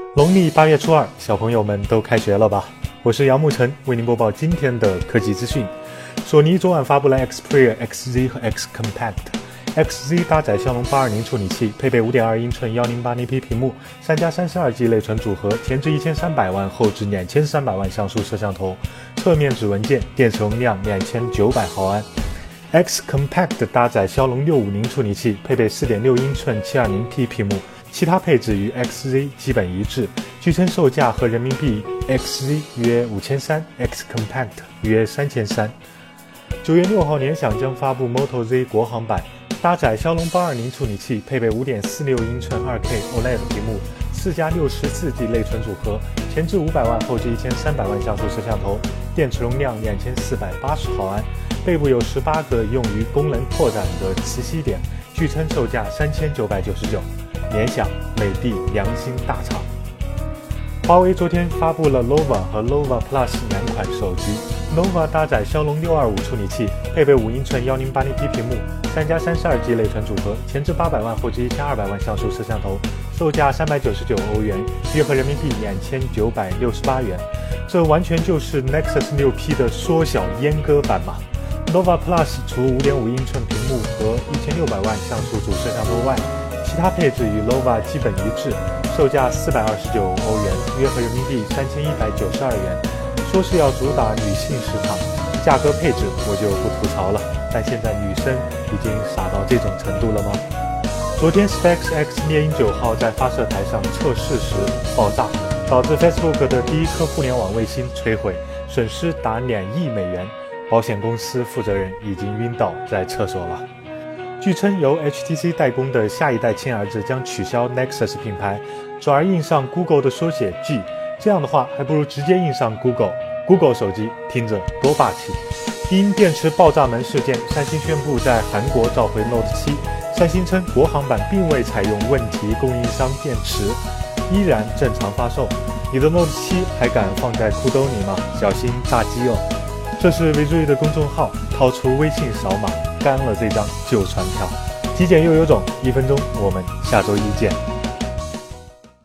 农历8月初2，小朋友们都开学了吧？我是杨沐晨，为您播报今天的科技资讯。索尼昨晚发布了 Xperia XZ 和 X Compact。XZ 搭载骁龙820处理器，配备5.2英寸 1080p 屏幕，3+32G 内存组合，前置1300万，后置2300万像素摄像头，侧面指纹键，电池容量2900毫安。X Compact 搭载骁龙650处理器，配备4.6英寸 720p 屏幕，其他配置与 XZ 基本一致。据称售价合人民币 XZ 约5300，X Compact 约3300。9月6号，联想将发布 Moto Z 国行版，搭载骁龙820处理器，配备5.46英寸 2K OLED 屏幕，4+64G 内存组合，前置500万，后置1300万像素摄像头，电池容量2480毫安。背部有18个用于功能拓展的磁吸点，据称售价3999。联想，美的良心大厂。华为昨天发布了 Nova 和 Nova Plus 两款手机。Nova 搭载骁龙625处理器，配备5英寸 1080p 屏幕，3+32G 内存组合，前置800万，后置1200万像素摄像头，售价399欧元，约合人民币2968元。这完全就是 Nexus 6P 的缩小阉割版嘛。Nova Plus 除5.5英寸屏幕和1600万像素主摄像头外，其他配置与 Nova 基本一致，售价429欧元，约合人民币3192元。说是要主打女性市场，价格配置我就不吐槽了，但现在女生已经傻到这种程度了吗？昨天 SpaceX 猎鹰9号在发射台上测试时爆炸，导致 Facebook 的第一颗互联网卫星摧毁，损失达2亿美元。保险公司负责人已经晕倒在厕所了。据称，由 HTC 代工的下一代亲儿子将取消 Nexus 品牌，转而印上 Google 的缩写 G， 这样的话还不如直接印上 Google 手机，听着多霸气。因电池爆炸门事件，三星宣布在韩国召回 Note 7。三星称国行版并未采用问题供应商电池，依然正常发售。你的 Note 7还敢放在裤兜里吗？小心炸机哦！这是维注意的公众号，掏出微信扫码，干了这张旧船票。体检又有种，1分钟，我们下周一见。